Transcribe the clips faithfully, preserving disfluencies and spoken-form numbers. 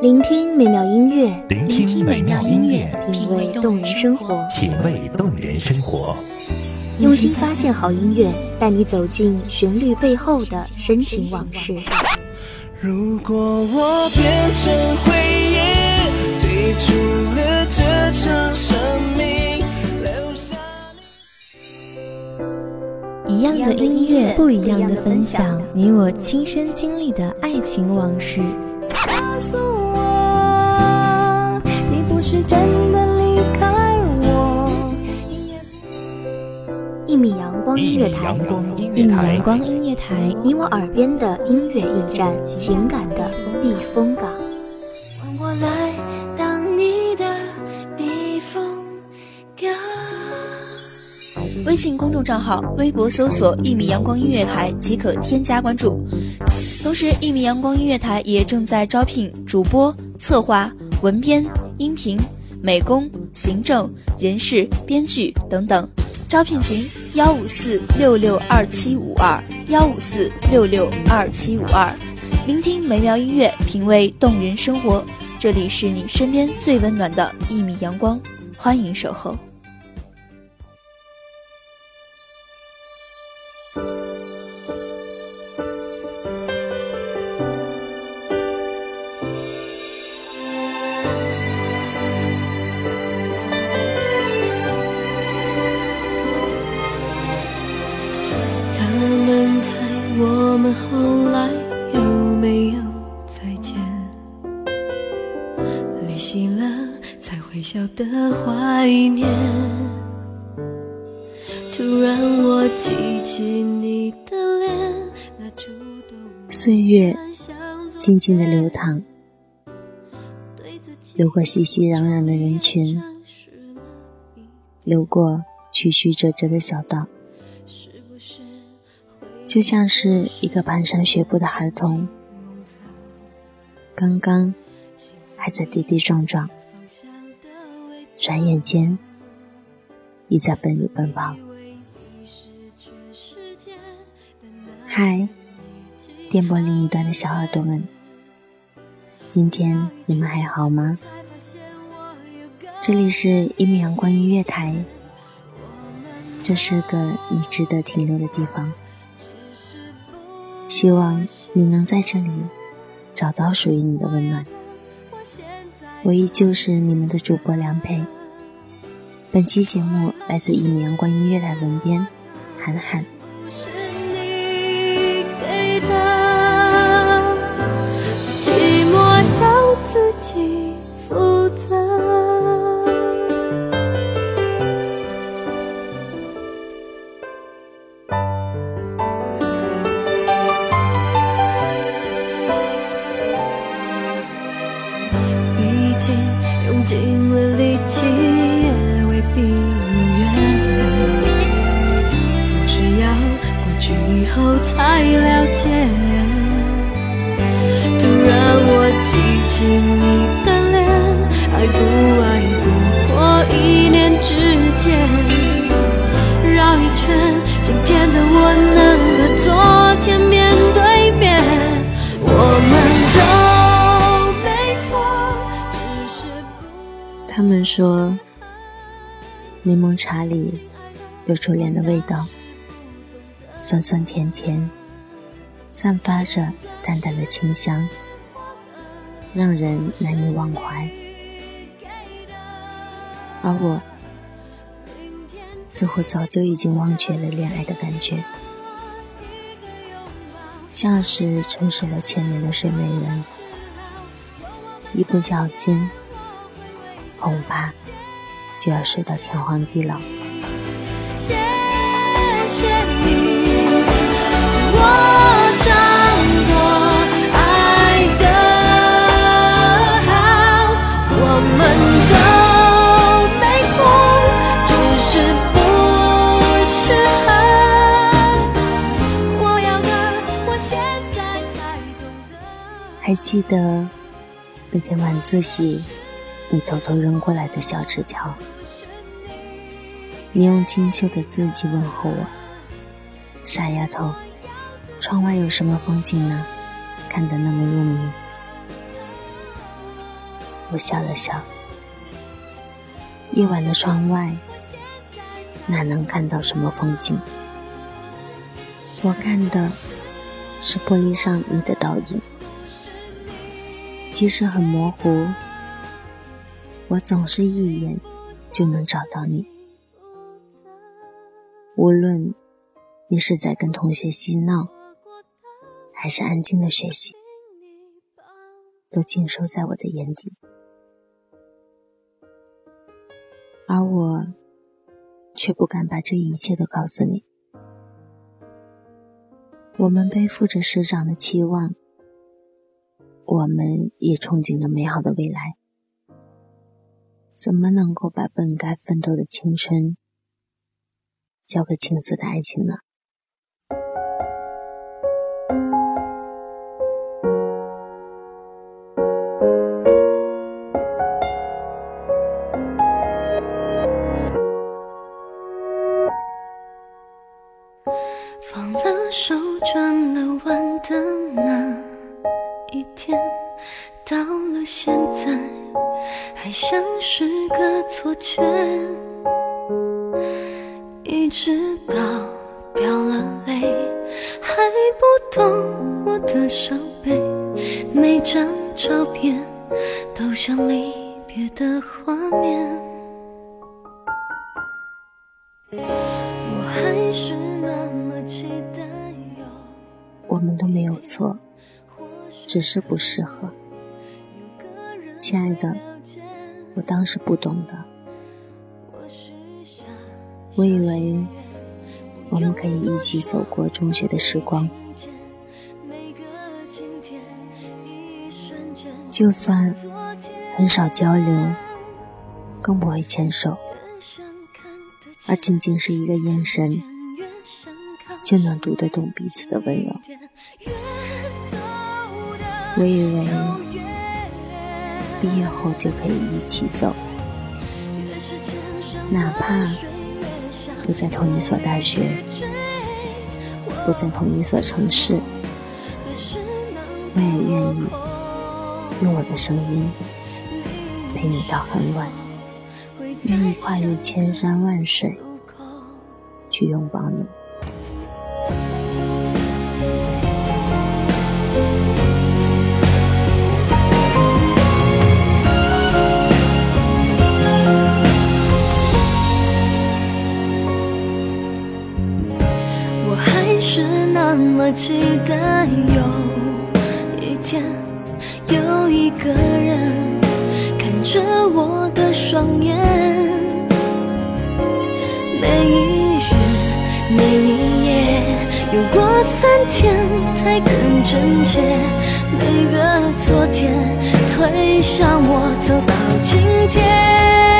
聆听美妙音乐， 聆听美妙音乐， 品味动人生活， 品味动人生活。 用心发现好音乐，带你走进旋律背后的深情往事。 如果我变成回忆，退出了这场生命，留下一样的音乐，不一样的分享，你我亲身经历的爱情往事。 告诉我，你不是真的离开我。 一米阳光音乐台， 一米阳光音乐台， 你我耳边的音乐驿站，情感的避风港。 换我来当你的避风港。 微信公众账号、微博搜索一米阳光音乐台即可添加关注。同时，一米阳光音乐台也正在招聘主播、策划、文编、音频、美工、行政、人事、编剧等等。招聘群：幺五四六六二七五二幺五四六六二七五二。聆听美妙音乐，品味动人生活。这里是你身边最温暖的一米阳光，欢迎守候。 我们后来有没有再见？离席了才会晓得怀念。突然我记起你的脸，那主动岁月静静地流淌，流过熙熙攘攘的人群，流过曲曲折折的小道，就像是一个蹒跚学步的孩童，刚刚还在跌跌撞撞，转眼间已在奋力奔跑。嗨，电波另一端的小耳朵们，今天你们还好吗？这里是一米阳光音乐台，这是个你值得停留的地方。希望你能在这里找到属于你的温暖。我依旧是你们的主播梁佩。本期节目来自一米阳光音乐台文编涵涵。 是你给的，寂寞要自己负责。用尽了力气也未必如愿，总是要过去以后才了解。突然我记起你的脸，爱不爱不过一念之间，绕一圈，今天的我能和昨天面对面，我们都他们说柠檬茶里有初恋的味道，酸酸甜甜，散发着淡淡的清香，让人难以忘怀。而我似乎早就已经忘却了恋爱的感觉，像是沉睡了千年的睡美人，一不小心恐怕就要睡到天荒地老。 谢谢你，我唱过爱的好，我们都没错，只是不适合。我要的，我现在才懂得。 还记得那天晚自习你偷偷扔过来的小纸条，你用清秀的字迹问候我，傻丫头，窗外有什么风景呢？看得那么入迷。 我笑了笑。夜晚的窗外哪能看到什么风景？我看的是玻璃上你的倒影，即使很模糊，我总是一眼就能找到你。无论你是在跟同学嬉闹，还是安静的学习，都尽收在我的眼底。而我却不敢把这一切都告诉你。我们背负着师长的期望，我们也憧憬着美好的未来，怎么能够把本该奋斗的青春交给青涩的爱情呢？ 放了手转了弯的那一天，到了现在还像是个错觉，一直到掉了泪还不懂我的伤悲，每张照片都像离别的画面，我还是那么期待有我们都没有错，只是不适合。亲爱的，我当时不懂的，我以为我们可以一起走过中学的时光，就算很少交流，更不会牵手，而仅仅是一个眼神就能读得懂彼此的温柔。我以为毕业后就可以一起走，哪怕不在同一所大学，不在同一所城市，我也愿意用我的声音陪你到很晚，愿意跨越千山万水去拥抱你。 那么期待有一天有一个人看着我的双眼，每一日每一夜有过三天才更真切，每个昨天推向我走到今天，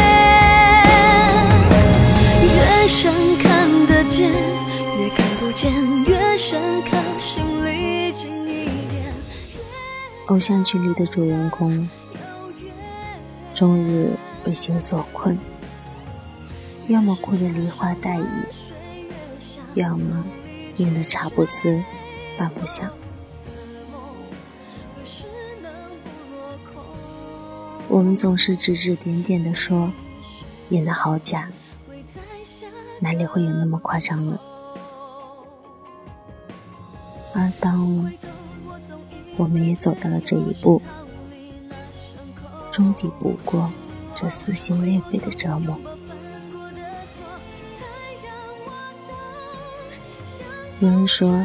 越想看得见越看不见，越想靠心里近一点。 偶像剧里的主人公终日为情所困，要么哭得梨花带雨，要么病得茶不思饭不想。我们总是指指点点地说演得好假，哪里会有那么夸张呢？而当我们也走到了这一步，终抵不过这撕心裂肺的折磨。有人说，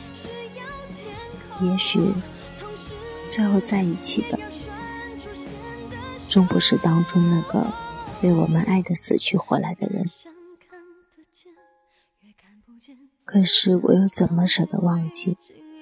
也许最后在一起的终不是当初那个被我们爱得死去活来的人，可是我又怎么舍得忘记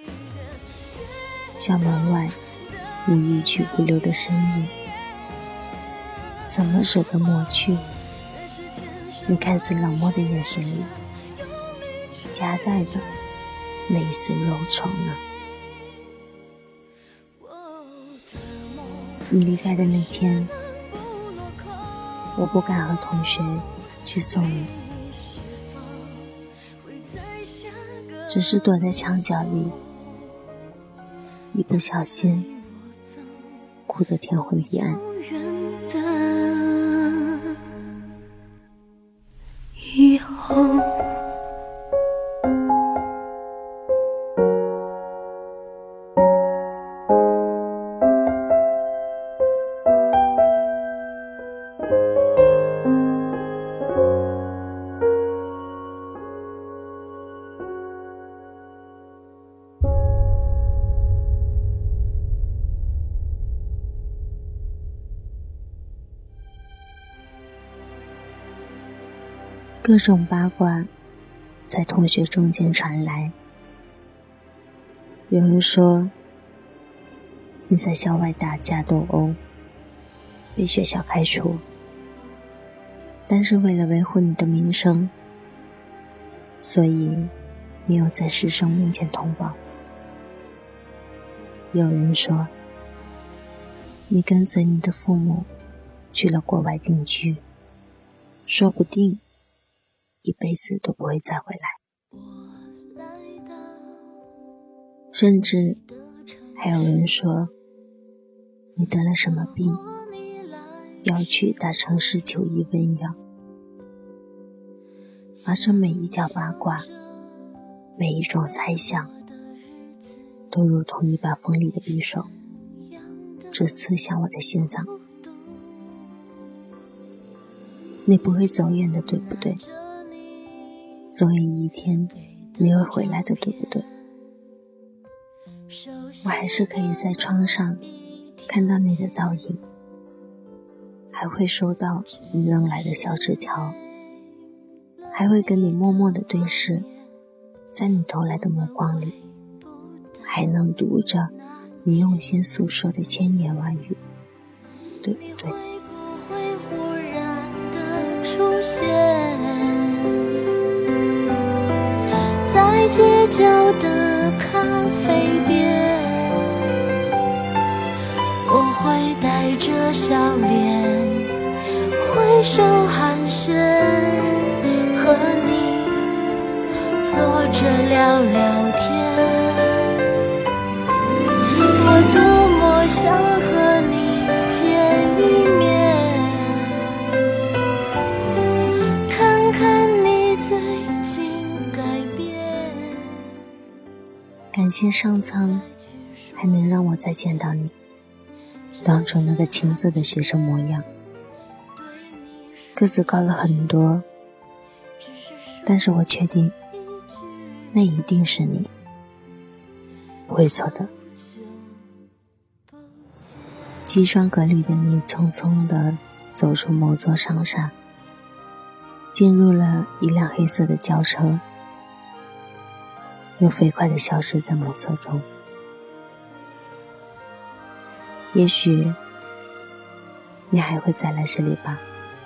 校门外你欲去不留的身影，怎么舍得抹去你看似冷漠的眼神里夹带的那一丝柔愁呢？你离开的那天，我不敢和同学去送你，只是躲在墙角里，一不小心哭得天昏地暗。 各种八卦在同学中间传来。有人说你在校外打架斗殴，被学校开除，但是为了维护你的名声，所以没有在师生面前通报。有人说你跟随你的父母去了国外定居，说不定一辈子都不会再回来。甚至还有人说你得了什么病，要去大城市求医问药。而这每一条八卦，每一种猜想，都如同一把锋利的匕首，直刺向我的心脏。你不会走远的，对不对？总有一天你会回来的，对不对？我还是可以在窗上看到你的倒影，还会收到你扔来的小纸条，还会跟你默默的对视，在你投来的目光里，还能读着你用心诉说的千言万语，对不对？ 会忽然的出现在街角的咖啡店，我会带着笑脸挥手寒暄，和你坐着聊聊天。我多么想和你见一面，看看你最近改变。 感谢上苍还能让我再见到你，当初那个青涩的学生模样，个子高了很多，但是我确定那一定是你，不会错的。西装革履的你匆匆地走出某座商厦，进入了一辆黑色的轿车，又飞快地消失在暮色中。也许你还会再来这里吧，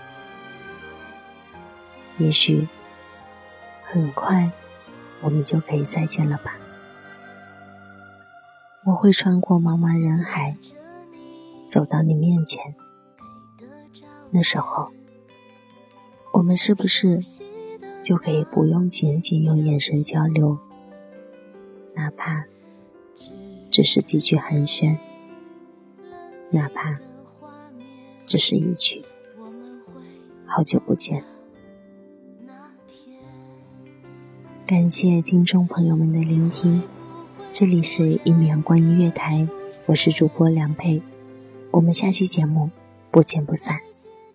也许很快我们就可以再见了吧。我会穿过茫茫人海，走到你面前，那时候我们是不是就可以不用仅仅用眼神交流，哪怕只是几句寒暄，哪怕只是一句好久不见。感谢听众朋友们的聆听，这里是一米阳光音乐台，我是主播梁佩，我们下期节目不见不散。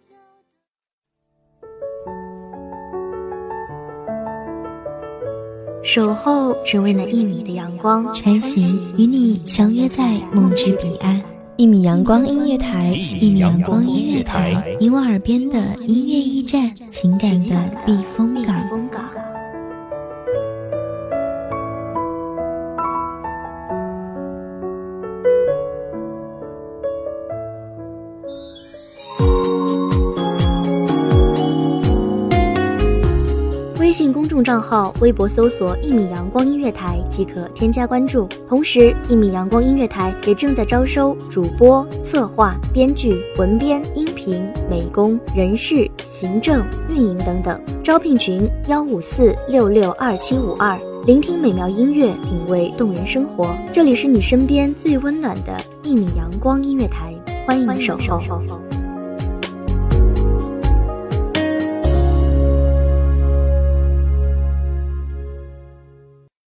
守候只为那一米的阳光， 穿行与你相约在梦之彼岸。一米阳光音乐台，一米阳光音乐台，你我耳边的音乐驿站，情感的避风港。 微信公众账号、微博搜索“一米阳光音乐台”即可添加关注。同时，一米阳光音乐台也正在招收主播、策划、编剧、文编、音频、美工、人事、行政、运营等等。招聘群：幺五四六六二七五二。聆听美妙音乐，品味动人生活。这里是你身边最温暖的一米阳光音乐台，欢迎你守候。